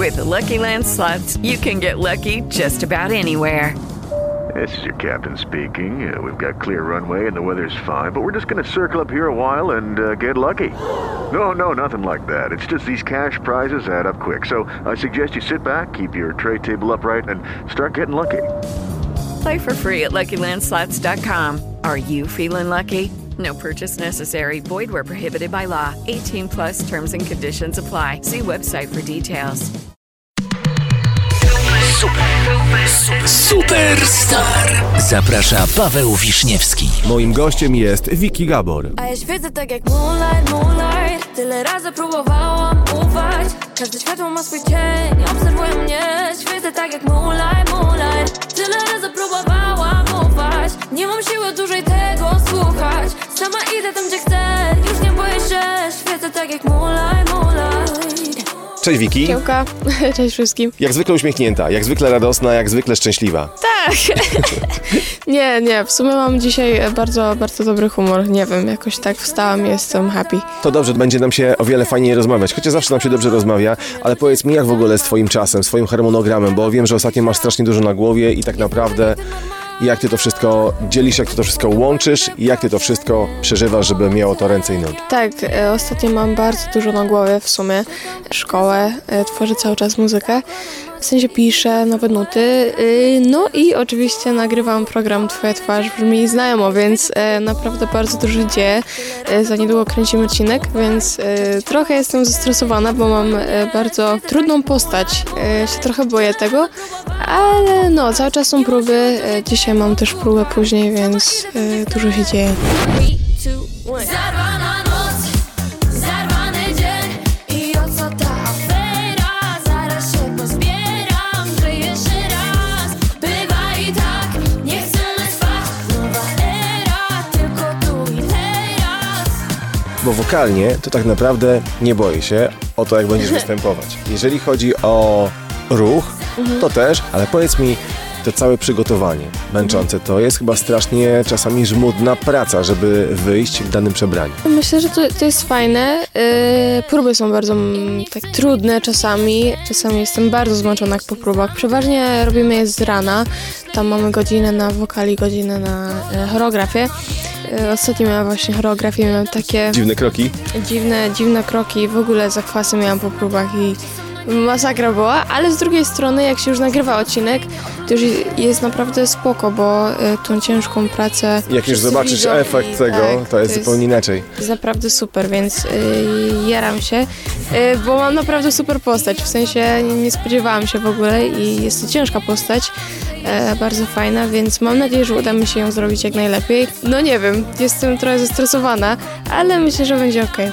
With Lucky Land Slots, you can get lucky just about anywhere. This is your captain speaking. We've got clear runway and the weather's fine, but we're just going to circle up here a while and get lucky. No, nothing like that. It's just these cash prizes add up quick. So I suggest you sit back, keep your tray table upright, and start getting lucky. Play for free at LuckyLandSlots.com. Are you feeling lucky? No purchase necessary. Void where prohibited by law. 18 plus terms and conditions apply. See website for details. Superstar. Zaprasza Paweł Wiśniewski. Moim gościem jest Vicky Gabor. A ja świecę tak jak moonlight. Tyle razy próbowałam ufać. Każde światło ma swój cień. Obserwuję mnie. Świecę tak jak moonlight. Tyle razy próbowałam ufać. Nie mam siły dłużej tego słuchać. Sama idę tam gdzie chcę. Już nie boję się. Świecę tak jak moonlight. Cześć Vicky. Siemka, cześć wszystkim. Jak zwykle uśmiechnięta, jak zwykle radosna, jak zwykle szczęśliwa. Tak. Nie, w sumie mam dzisiaj bardzo, bardzo dobry humor. Nie wiem, jakoś tak wstałam i jestem happy. To dobrze, będzie nam się o wiele fajniej rozmawiać, chociaż zawsze nam się dobrze rozmawia, ale powiedz mi, jak w ogóle z twoim czasem, swoim harmonogramem, bo wiem, że ostatnio masz strasznie dużo na głowie i tak naprawdę jak ty to wszystko dzielisz, jak ty to wszystko łączysz i jak ty to wszystko przeżywasz, żeby miało to ręce i nogi. Tak, ostatnio mam bardzo dużo na głowie w sumie. Szkołę, tworzę cały czas muzykę. W sensie piszę nowe nuty, no i oczywiście nagrywam program Twoja twarz brzmi znajomo, więc naprawdę bardzo dużo dzieje. Za niedługo kręcimy odcinek, więc trochę jestem zestresowana, bo mam bardzo trudną postać. Się trochę boję tego, ale no, cały czas są próby. Dzisiaj mam też próbę później, więc dużo się dzieje. 3, 2, 1. Zarwana noc, zarwany dzień i o co ta afera? Zaraz się pozbieram, że jeszcze raz bywa i tak, nie chcemy spać. Nowa era, tylko tu i teraz. Bo wokalnie to tak naprawdę nie boję się o to, jak będziesz występować. Jeżeli chodzi o ruch, to też, ale powiedz mi, to całe przygotowanie męczące to jest chyba strasznie czasami żmudna praca, żeby wyjść w danym przebraniu. Myślę, że to jest fajne. Próby są bardzo tak trudne czasami. Czasami jestem bardzo zmęczona po próbach. Przeważnie robimy je z rana. Tam mamy godzinę na wokali, godzinę na choreografię. Ostatnio miałam właśnie choreografię, miałam takie dziwne kroki. W ogóle zakwasy miałam po próbach i masakra była, ale z drugiej strony jak się już nagrywa odcinek, to już jest naprawdę spoko, bo tą ciężką pracę jak już zobaczysz widzą efekt tego, tak, to jest zupełnie inaczej. Jest naprawdę super, więc jaram się, bo mam naprawdę super postać, w sensie nie spodziewałam się w ogóle i jest to ciężka postać, bardzo fajna, więc mam nadzieję, że uda mi się ją zrobić jak najlepiej. No nie wiem, jestem trochę zestresowana, ale myślę, że będzie okej.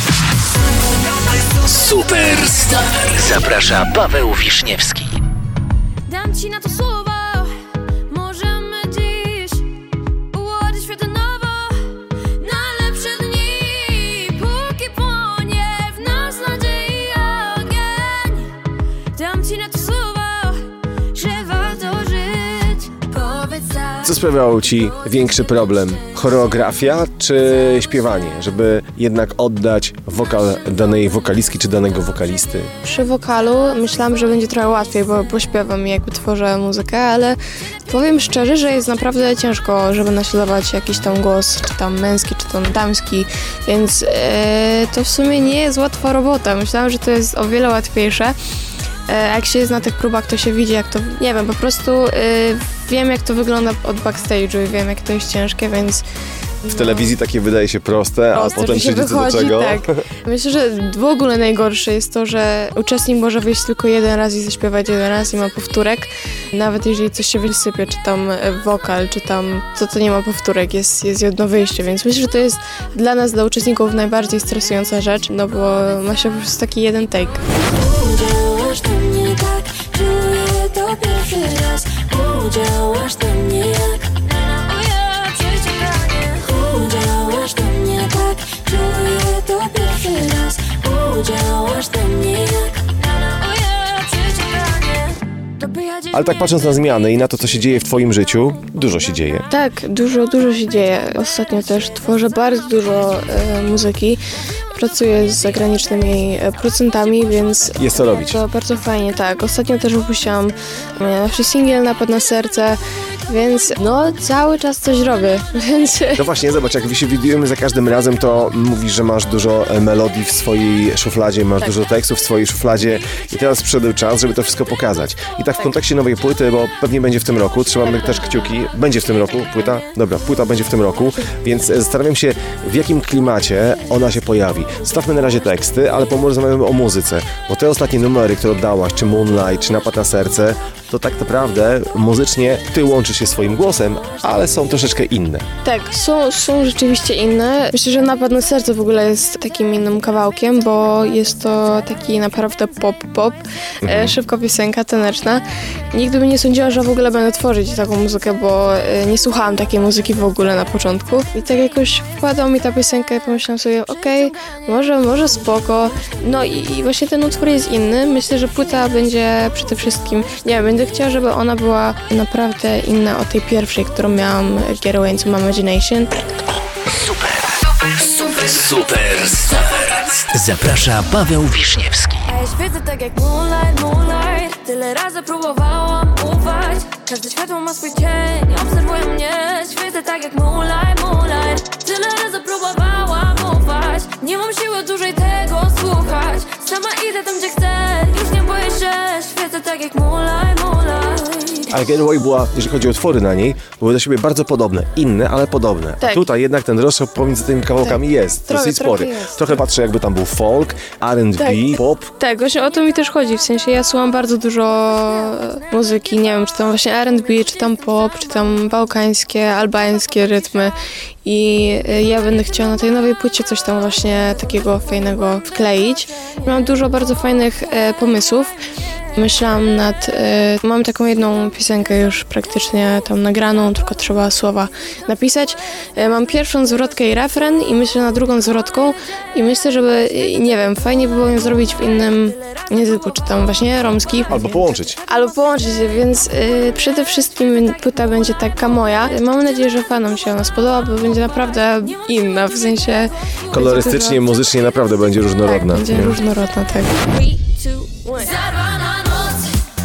Superstar. Zaprasza Paweł Wiśniewski. Dam ci na to słowo, możemy dziś ułożyć świat nowo na lepsze dni, póki płonie w nas nadzieja ogień. Dam ci na to słowo, że warto żyć. Powiedz tak. Co sprawiało ci większy problem? Choreografia czy śpiewanie? Żeby jednak oddać wokal danej wokalistki czy danego wokalisty? Przy wokalu myślałam, że będzie trochę łatwiej, bo śpiewam i jakby tworzę muzykę, ale powiem szczerze, że jest naprawdę ciężko, żeby naśladować jakiś tam głos, czy tam męski, czy tam damski, więc to w sumie nie jest łatwa robota. Myślałam, że to jest o wiele łatwiejsze. Jak się jest na tych próbach, to się widzi, jak to, nie wiem, po prostu wiem, jak to wygląda od backstage'u i wiem, jak to jest ciężkie, więc... W telewizji takie wydaje się proste, a potem przyjdzie co do czego. Tak. Myślę, że w ogóle najgorsze jest to, że uczestnik może wyjść tylko jeden raz i zaśpiewać jeden raz i ma powtórek. Nawet jeżeli coś się wysypie, czy tam wokal, czy tam to nie ma powtórek, jest jedno wyjście, więc myślę, że to jest dla nas, dla uczestników najbardziej stresująca rzecz, no bo ma się po prostu taki jeden take. Udziałasz do mnie tak, czuję to pierwszy raz. Udziałasz do mnie jak udziałasz do mnie tak, czuję to pierwszy raz. Udziałasz do mnie jak Ale tak patrząc na zmiany i na to, co się dzieje w twoim życiu, dużo się dzieje. Tak, dużo się dzieje. Ostatnio też tworzę bardzo dużo muzyki. współpracuję z zagranicznymi producentami, więc Jest co robić. to bardzo fajnie, tak. Ostatnio też wypuściłam najnowszy singiel Napad na serce, więc no cały czas coś robię, więc... No właśnie, zobacz, jak się widujemy za każdym razem, to mówisz, że masz dużo melodii w swojej szufladzie, masz dużo tekstów w swojej szufladzie i teraz przyszedł czas, żeby to wszystko pokazać. I tak w kontekście nowej płyty, bo pewnie będzie w tym roku, trzymamy też kciuki, będzie w tym roku płyta? Dobra, płyta będzie w tym roku, więc zastanawiam się, w jakim klimacie ona się pojawi. Zostawmy na razie teksty, ale porozmawiamy o muzyce, bo te ostatnie numery, które oddałaś, czy Moonlight, czy Napad na serce, to tak naprawdę muzycznie ty łączysz się swoim głosem, ale są troszeczkę inne. Tak, są rzeczywiście inne. Myślę, że Napad na serce w ogóle jest takim innym kawałkiem, bo jest to taki naprawdę pop, szybka piosenka, taneczna. Nigdy bym nie sądziła, że w ogóle będę tworzyć taką muzykę, bo nie słuchałam takiej muzyki w ogóle na początku. I tak jakoś wpadła mi ta piosenka i pomyślałam sobie, okej, może spoko. No i właśnie ten utwór jest inny. Myślę, że płyta będzie przede wszystkim, nie wiem, będę chciała, żeby ona była naprawdę inna od tej pierwszej, którą miałam, Get Away Into My Imagination. Superstar. Zaprasza Paweł Wiśniewski. Świecę tak jak moonlight. Tyle razy próbowałam ufać. Każde światło ma swój cień, obserwują mnie. Świecę tak jak moonlight. Tyle razy próbowałam ufać. Nie mam siły dłużej tego słuchać. Sama idę tam, gdzie chcę. Już nie boję się. Świecę tak jak moonlight. Ale Get Away była, jeżeli chodzi o utwory na niej, były do siebie bardzo podobne. Inne, ale podobne. Tak. A tutaj jednak ten rozstrzał pomiędzy tymi kawałkami jest dosyć spory. jest. Trochę patrzę, jakby tam był folk, R&B, pop. Tak, właśnie o to mi też chodzi, w sensie ja słucham bardzo dużo muzyki, nie wiem, czy tam właśnie R&B, czy tam pop, czy tam bałkańskie, albańskie rytmy i ja będę chciała na tej nowej płycie coś tam właśnie takiego fajnego wkleić. Mam dużo bardzo fajnych pomysłów. Myślałam mam taką jedną piosenkę już praktycznie tam nagraną, tylko trzeba słowa napisać. Mam pierwszą zwrotkę i refren i myślę nad drugą zwrotką i myślę, żeby, nie wiem, fajnie by było ją zrobić w innym języku, czy tam właśnie romski. Albo połączyć. Więc przede wszystkim płyta będzie taka moja. Mam nadzieję, że fanom się ona spodoba, bo będzie naprawdę inna, w sensie... Kolorystycznie, muzycznie naprawdę będzie różnorodna. Tak, będzie różnorodna, tak. 3, 2, 1. Zarwana noc,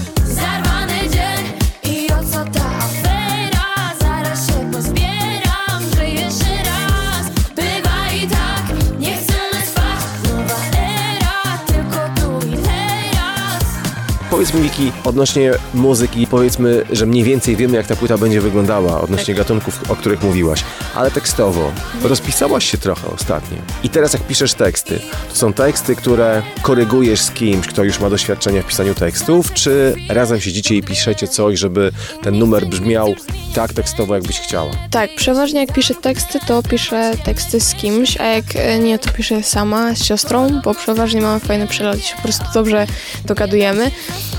zarwany dzień i o co ta afera? Zaraz się pozbieram, że jeszcze raz bywa i tak, nie chcemy spać. Nowa era, tylko tu i teraz. Powiedz mi, Wiki, odnośnie muzyki, powiedzmy, że mniej więcej wiemy, jak ta płyta będzie wyglądała, odnośnie gatunków, o których mówiłaś, ale tekstowo rozpisałaś się trochę ostatnio. I teraz jak piszesz teksty, to są teksty, które korygujesz z kimś, kto już ma doświadczenie w pisaniu tekstów, czy razem siedzicie i piszecie coś, żeby ten numer brzmiał tak tekstowo, jakbyś chciała? Tak, przeważnie jak piszę teksty, to piszę teksty z kimś, a jak nie, to piszę sama z siostrą, bo przeważnie mamy fajny przelot i się po prostu dobrze dogadujemy.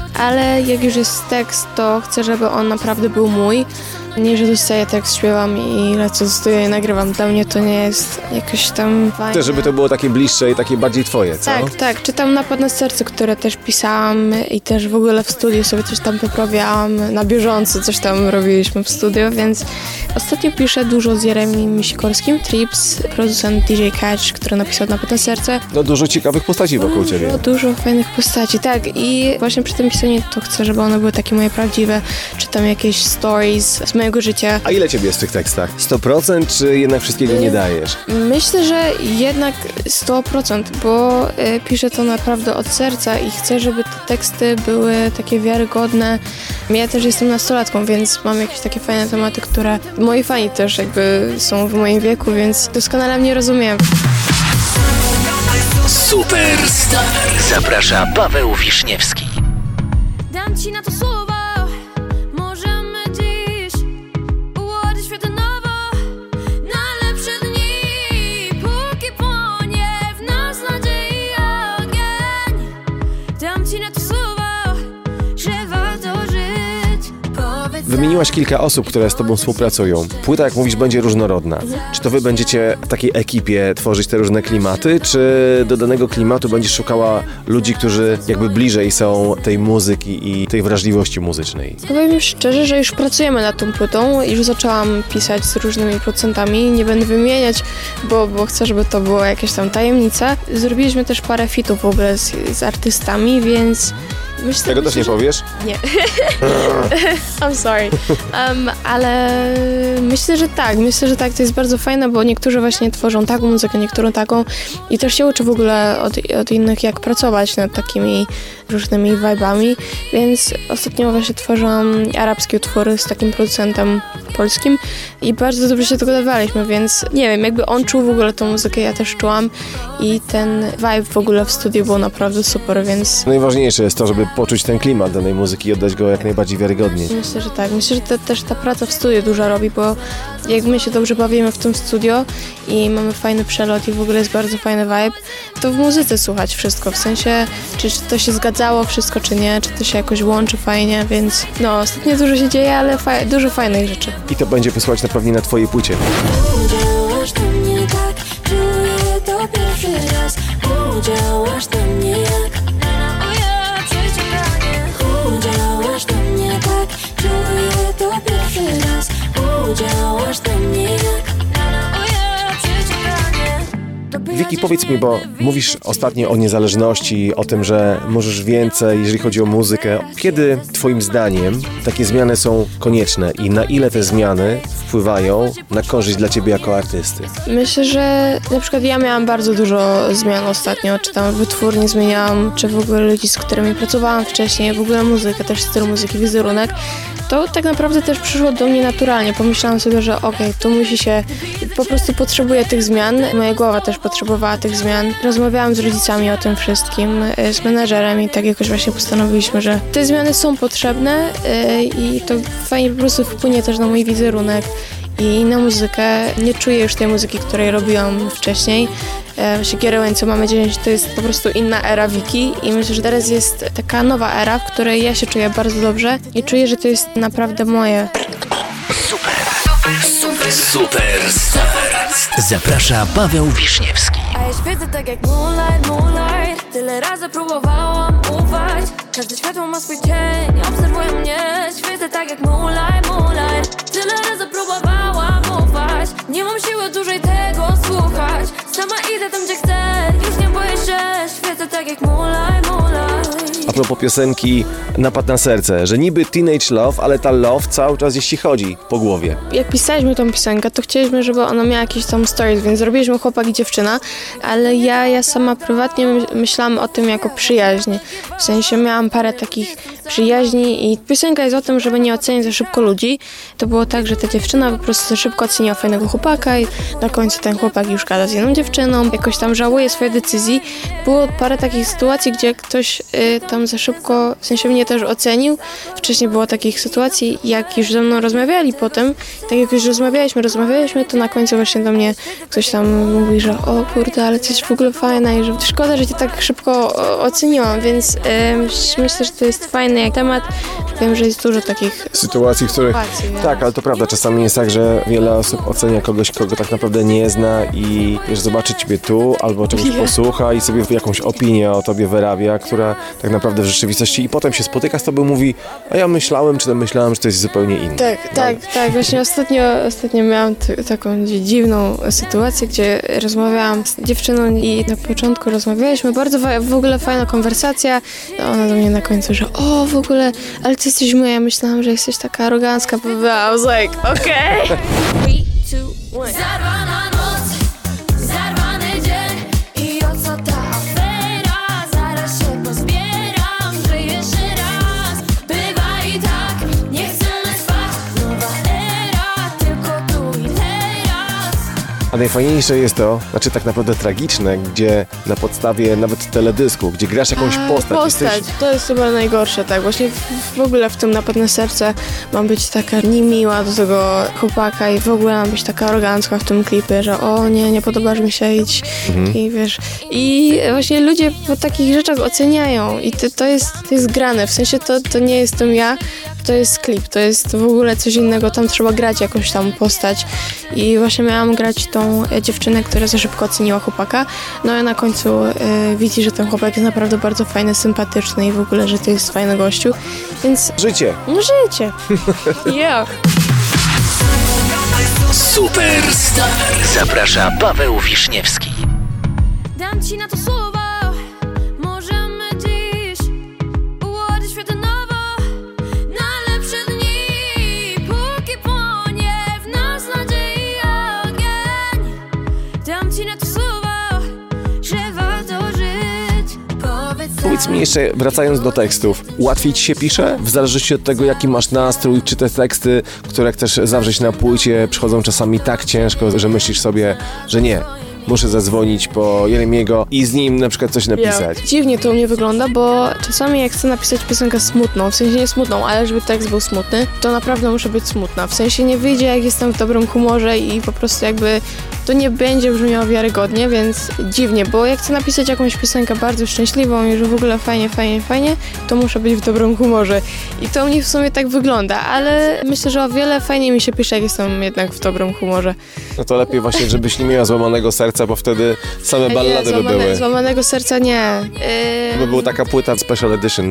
Ale jak już jest tekst, to chcę, żeby on naprawdę był mój. Nie, że dostaję tekst, śpiewam i lecę do studia i nagrywam. Dla mnie to nie jest jakoś tam fajne. Też, żeby to było takie bliższe i takie bardziej twoje, co? Tak. Czytam Napad na serce, które też pisałam i też w ogóle w studiu sobie coś tam poprawiałam. Na bieżąco coś tam robiliśmy w studiu, więc ostatnio piszę dużo z Jeremim Sikorskim, Trips, producent DJ Catch, który napisał Napad na serce. No dużo ciekawych postaci wokół ciebie. Dużo fajnych postaci, tak. I właśnie przy tym pisaniu to chcę, żeby one były takie moje prawdziwe. Czytam jakieś stories z mojego życia. A ile ciebie jest w tych tekstach? 100% czy jednak wszystkiego nie dajesz? Myślę, że jednak 100%, bo piszę to naprawdę od serca i chcę, żeby te teksty były takie wiarygodne. Ja też jestem nastolatką, więc mam jakieś takie fajne tematy, które moi fani też jakby są w moim wieku, więc doskonale mnie rozumiem. Superstar. Zaprasza Paweł Wiśniewski. Dam ci na to słowo. Możemy dziś ułożyć świat na nowo. Na lepsze dni, póki płonie w nas nadziei ogień. Dam ci na to słowo, że warto żyć. Powiedz Wymieniłaś kilka osób, które z tobą współpracują. Płyta, jak mówisz, będzie różnorodna. Czy to wy będziecie w takiej ekipie tworzyć te różne klimaty, czy do danego klimatu będziesz szukała ludzi, którzy jakby bliżej są tej muzyki i tej wrażliwości muzycznej? Powiem szczerze, że już pracujemy nad tą płytą. Już zaczęłam pisać z różnymi producentami. Nie będę wymieniać, bo chcę, żeby to była jakaś tam tajemnica. Zrobiliśmy też parę featów w ogóle z artystami, więc... Tego też nie powiesz? Nie. I'm sorry. Ale myślę, że tak. To jest bardzo fajne, bo niektórzy właśnie tworzą taką muzykę, niektórą taką i też się uczę w ogóle od innych, jak pracować nad takimi różnymi vibe'ami, więc ostatnio właśnie tworzyłam arabskie utwory z takim producentem polskim i bardzo dobrze się dogadywaliśmy, więc nie wiem, jakby on czuł w ogóle tą muzykę, ja też czułam i ten vibe w ogóle w studiu był naprawdę super, więc... Najważniejsze jest to, żeby poczuć ten klimat danej muzyki i oddać go jak najbardziej wiarygodnie. Myślę, że tak. Myślę, że też ta praca w studiu dużo robi, bo jak my się dobrze bawimy w tym studio i mamy fajny przelot i w ogóle jest bardzo fajny vibe, to w muzyce słuchać wszystko, w sensie, czy to się zgadzało wszystko, czy nie, czy to się jakoś łączy fajnie, więc no, ostatnio dużo się dzieje, ale dużo fajnych rzeczy. I to będzie wysłać na pewno na twojej płycie. Udziałasz do mnie tak, czuję to pierwszy raz. Udziałasz do mnie jak udziałasz do mnie tak, czuję to pierwszy raz. Udziałasz do mnie jak Wiki, powiedz mi, bo mówisz ostatnio o niezależności, o tym, że możesz więcej, jeżeli chodzi o muzykę. Kiedy twoim zdaniem takie zmiany są konieczne i na ile te zmiany wpływają na korzyść dla ciebie jako artysty? Myślę, że na przykład ja miałam bardzo dużo zmian ostatnio, czy tam wytwórnie zmieniałam, czy w ogóle ludzi, z którymi pracowałam wcześniej, w ogóle muzykę, też styl muzyki, wizerunek. To tak naprawdę też przyszło do mnie naturalnie. Pomyślałam sobie, że okej, to musi się, po prostu potrzebuję tych zmian. Moja głowa też potrzebowała tych zmian. Rozmawiałam z rodzicami o tym wszystkim, z menedżerem i tak jakoś właśnie postanowiliśmy, że te zmiany są potrzebne i to fajnie po prostu wpłynie też na mój wizerunek i na muzykę. Nie czuję już tej muzyki, której robiłam wcześniej. Siekierę Łańco mamy 9 to jest po prostu inna era Wiki i myślę, że teraz jest taka nowa era, w której ja się czuję bardzo dobrze i czuję, że to jest naprawdę moje. Super. Zaprasza Paweł Wiśniewski. A ja świecę tak jak moonlight. Tyle razy próbowałam ufać. Każde światło ma swój cień, obserwują mnie. Świecę tak jak moonlight. Tyle razy próbowałam ufać. Nie mam siły dłużej tego słuchać. Sama idę tam, gdzie chcę. Już nie boję się. Świecę tak jak moonlight. A propos piosenki Napad na serce, że niby teenage love, ale ta love cały czas jeśli chodzi po głowie. Jak pisaliśmy tą piosenkę, to chcieliśmy, żeby ona miała jakieś tam stories, więc zrobiliśmy chłopak i dziewczyna, ale ja sama prywatnie myślałam o tym jako przyjaźń. W sensie miałam parę takich przyjaźni i piosenka jest o tym, żeby nie oceniać za szybko ludzi. To było tak, że ta dziewczyna po prostu za szybko oceniła fajnego chłopaka i na końcu ten chłopak już gada z inną dziewczyną, jakoś tam żałuje swojej decyzji. Było parę takich sytuacji, gdzie ktoś tam za szybko, w sensie mnie też ocenił. Wcześniej było takich sytuacji, jak już ze mną rozmawiali potem, tak jak już rozmawialiśmy, to na końcu właśnie do mnie ktoś tam mówi, że o kurde, ale jesteś w ogóle fajna i że szkoda, że cię tak szybko oceniłam, więc myślę, że to jest fajny jak temat. Wiem, że jest dużo takich sytuacji, w których... Tak, ale to prawda, czasami jest tak, że wiele osób ocenia kogoś, kogo tak naprawdę nie zna i wiesz, zobaczy ciebie tu, albo czegoś posłucha i sobie jakąś opinię o tobie wyrabia, która tak naprawdę w rzeczywistości i potem się spotyka z tobą i mówi, a ja myślałem, że to jest zupełnie inne. Tak. Właśnie ostatnio miałam taką dziwną sytuację, gdzie rozmawiałam z dziewczyną i na początku rozmawialiśmy, bardzo w ogóle fajna konwersacja. Ona do mnie na końcu, że o, w ogóle, ale ty jesteś moja. Ja myślałam, że jesteś taka arogancka. I was like, okej. 3, 2, 1. Zarwana noc, zarwany dzień i o co ta afera? Zaraz się pozbieram, że jeszcze raz bywa i tak, nie chcemy spać. Nowa era, tylko tu i teraz. A najfajniejsze jest to, znaczy tak naprawdę tragiczne, gdzie na podstawie nawet teledysku, gdzie grasz jakąś postać. To jest chyba najgorsze, tak. Właśnie w ogóle w tym Napad na serce mam być taka niemiła do tego chłopaka i w ogóle mam być taka arogancka w tym klipie, że o nie podobasz mi się, idź. I wiesz. I właśnie ludzie po takich rzeczach oceniają i to jest grane. W sensie to nie jestem ja, to jest klip, to jest w ogóle coś innego, tam trzeba grać jakąś tam postać i właśnie miałam grać tą dziewczynę, która za szybko oceniła chłopaka, no i na końcu widzi, że ten chłopak jest naprawdę bardzo fajny, sympatyczny i w ogóle, że to jest fajny gościu, więc... Życie! No życie! Yeah. Superstar. Zaprasza Paweł Wiśniewski. Dam ci na to słowo, możemy dziś ułożyć świat nowo na lepsze dni, póki płonie w nas nadzieja ogień. Dam ci na to słowo, że warto żyć. Powiedz mi jeszcze, wracając do tekstów, łatwiej ci się pisze? W zależności od tego, jaki masz nastrój, czy te teksty, które chcesz zawrzeć na płycie, przychodzą czasami tak ciężko, że myślisz sobie, że nie, muszę zadzwonić po Jeremiego i z nim na przykład coś napisać. Dziwnie to u mnie wygląda, bo czasami jak chcę napisać piosenkę smutną, w sensie nie smutną, ale żeby tekst był smutny, to naprawdę muszę być smutna. W sensie nie wyjdzie, jak jestem w dobrym humorze i po prostu jakby to nie będzie brzmiało wiarygodnie, więc dziwnie, bo jak chcę napisać jakąś piosenkę bardzo szczęśliwą i że w ogóle fajnie, to muszę być w dobrym humorze. I to u mnie w sumie tak wygląda, ale myślę, że o wiele fajniej mi się pisze, jak jestem jednak w dobrym humorze. No to lepiej właśnie, żebyś nie miała złamanego serca, bo wtedy same ballady by były. Złamanego serca nie. To by była taka płyta Special Edition.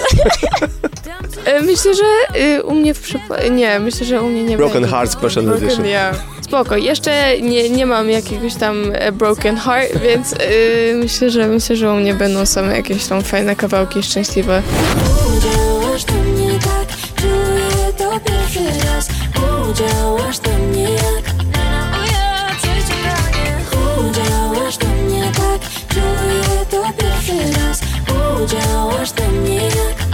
Myślę, że u mnie nie, myślę, że u mnie nie Broken będzie. Heart Special Edition. Yeah. Spoko, jeszcze nie mam jakiegoś tam Broken Heart, więc myślę, że u mnie będą same jakieś tam fajne kawałki szczęśliwe. Udziałasz do mnie tak, czuję to pierwszy raz. Udziałasz do mnie jak udziałasz do mnie tak, czuję to pierwszy raz. Udziałasz do mnie jak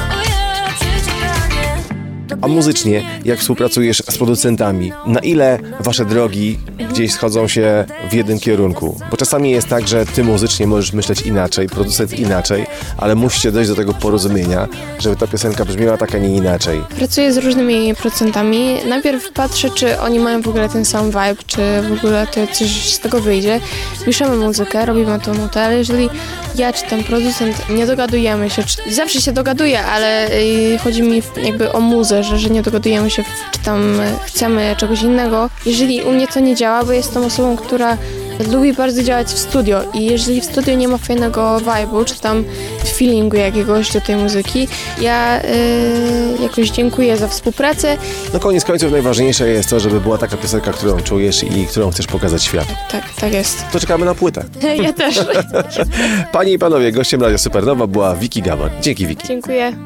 A muzycznie, jak współpracujesz z producentami, na ile wasze drogi gdzieś schodzą się w jednym kierunku? Bo czasami jest tak, że ty muzycznie możesz myśleć inaczej, producent inaczej, ale musicie dojść do tego porozumienia, żeby ta piosenka brzmiała tak, a nie inaczej. Pracuję z różnymi producentami. Najpierw patrzę, czy oni mają w ogóle ten sam vibe, czy w ogóle to coś z tego wyjdzie. Piszemy muzykę, robimy tą nutę, ale jeżeli ja czy ten producent nie dogadujemy się, zawsze się dogaduję, ale chodzi mi jakby o muzę, że nie dogadujemy się, czy tam chcemy czegoś innego. Jeżeli u mnie to nie działa, bo jestem osobą, która lubi bardzo działać w studio i jeżeli w studio nie ma fajnego vibe'u, czy tam feelingu jakiegoś do tej muzyki, ja jakoś dziękuję za współpracę. No koniec końców najważniejsze jest to, żeby była taka piosenka, którą czujesz i którą chcesz pokazać światu. Tak jest. To czekamy na płytę. Ja też. Panie i panowie, gościem Radia Supernowa była Wiki Gabor. Dzięki, Wiki. Dziękuję.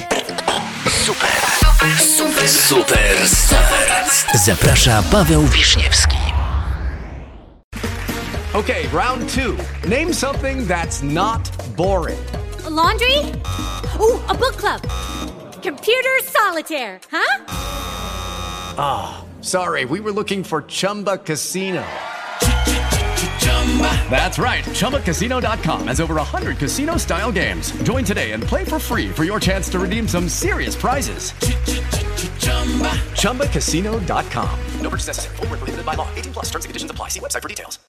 Superstar. Zaprasza Paweł Wiśniewski. Okay, round 2. Name something that's not boring. A laundry? Ooh, a book club. Computer solitaire, huh? Sorry, we were looking for Chumba Casino. That's right. ChumbaCasino.com has over 100 casino-style games. Join today and play for free for your chance to redeem some serious prizes. ChumbaCasino.com. No purchase necessary. Void where prohibited by law. 18+ terms and conditions apply. See website for details.